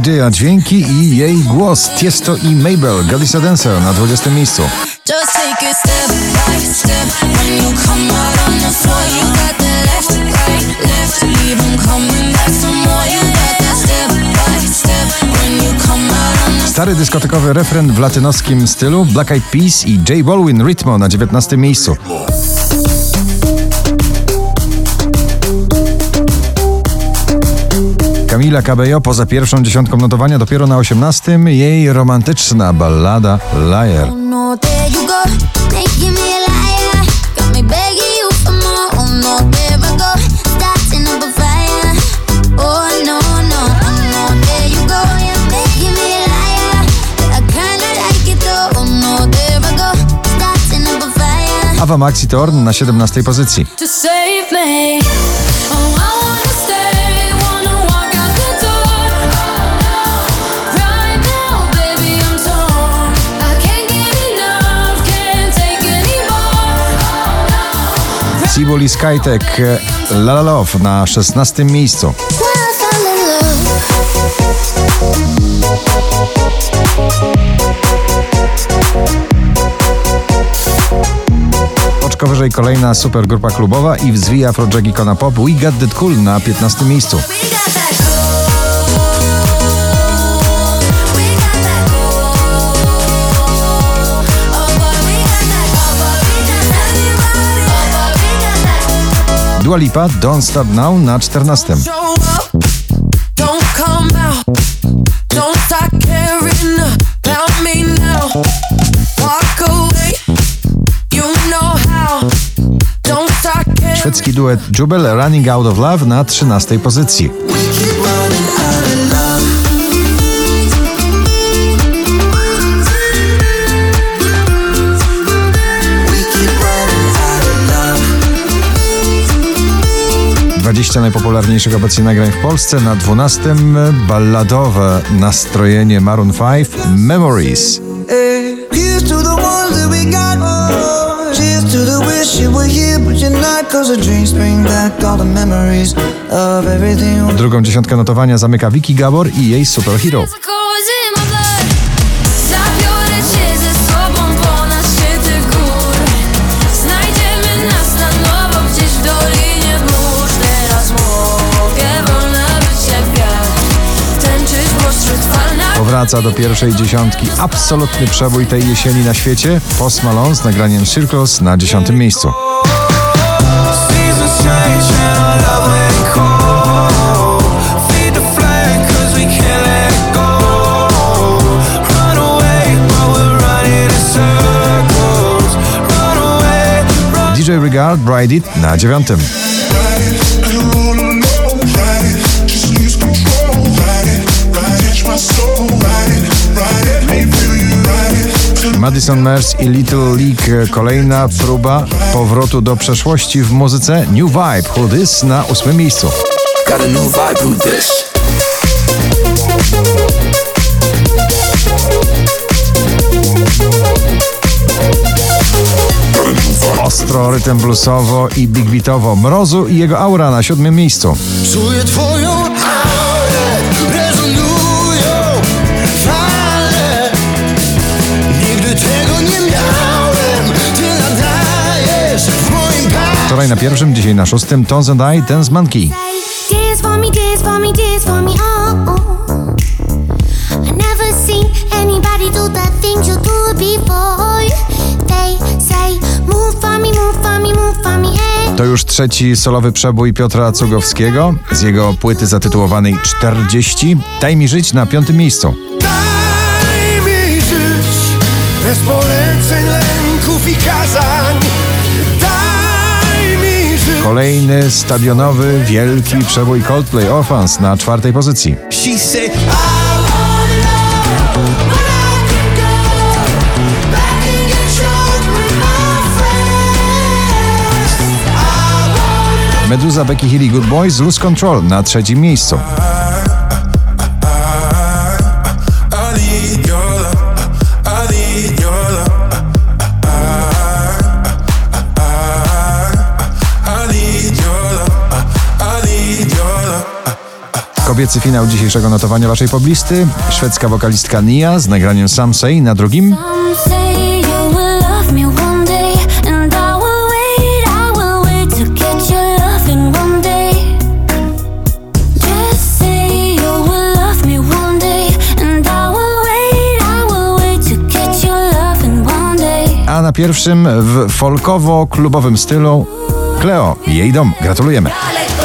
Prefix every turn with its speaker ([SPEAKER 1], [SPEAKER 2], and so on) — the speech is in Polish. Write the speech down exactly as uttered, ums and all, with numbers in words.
[SPEAKER 1] J, a dźwięki i jej głos. Tiesto i Mabel, God is a Dancer na dwudziestym miejscu. Stary dyskotekowy refren w latynoskim stylu, Black Eyed Peas i J Balvin, Ritmo na dziewiętnastym miejscu. Camila Cabello poza pierwszą dziesiątką notowania, dopiero na osiemnastym jej romantyczna ballada Liar. Ava Max i Torn na siedemnastej pozycji. Sibol i Skytek, La La Love na szesnastym miejscu. Oczko wyżej kolejna supergrupa klubowa i wzwija Afrojack Icona Pop, We Got That Cool na piętnastym miejscu. Dua Lipa, Don't Stop Now na czternastym. Szwedzki duet Jubel, Running Out of Love na trzynastej pozycji. dwadzieścia najpopularniejszych obecnie nagrań w Polsce. Na dwunastym balladowe nastrojenie Maroon pięć, Memories. Drugą dziesiątkę notowania zamyka Vicky Gabor i jej Superhero. Powraca do pierwszej dziesiątki absolutny przebój tej jesieni na świecie. Post Malone z nagraniem Circles na dziesiątym miejscu. D J Regard, Ride It na dziewiątym. Madison Mers i Little League, kolejna próba powrotu do przeszłości w muzyce. New Vibe, Who This na ósmym miejscu. Ostro, rytm bluesowo i big beatowo. Mrozu i jego aura na siódmym miejscu. Czuję twoją aurę, rezonują fale. Nigdy tego nie miałem, ty nadajesz w moim parze. Wczoraj na pierwszym, dzisiaj na szóstym Tones and I, Dance Monkey. Dance for me, dance for me, dance for me, oh, oh. I never seen anybody do the things you do before. They say move for me, move for me, move for me, hey. To już trzeci solowy przebój Piotra Cugowskiego z jego płyty zatytułowanej czterdzieści. Daj mi żyć na piątym miejscu. Daj mi żyć bez poleceń, lęków i kazań. Daj mi żyć. Kolejny stadionowy, wielki przebój Coldplay, Orphans na czwartej pozycji. She said, Meduza, Becky Hill i Good Boys, Lose Control na trzecim miejscu. kobiecy finał dzisiejszego notowania waszej poblisty. Szwedzka wokalistka Nia z nagraniem Some Say na drugim. A na pierwszym w folkowo-klubowym stylu Cleo i jej dom. Gratulujemy.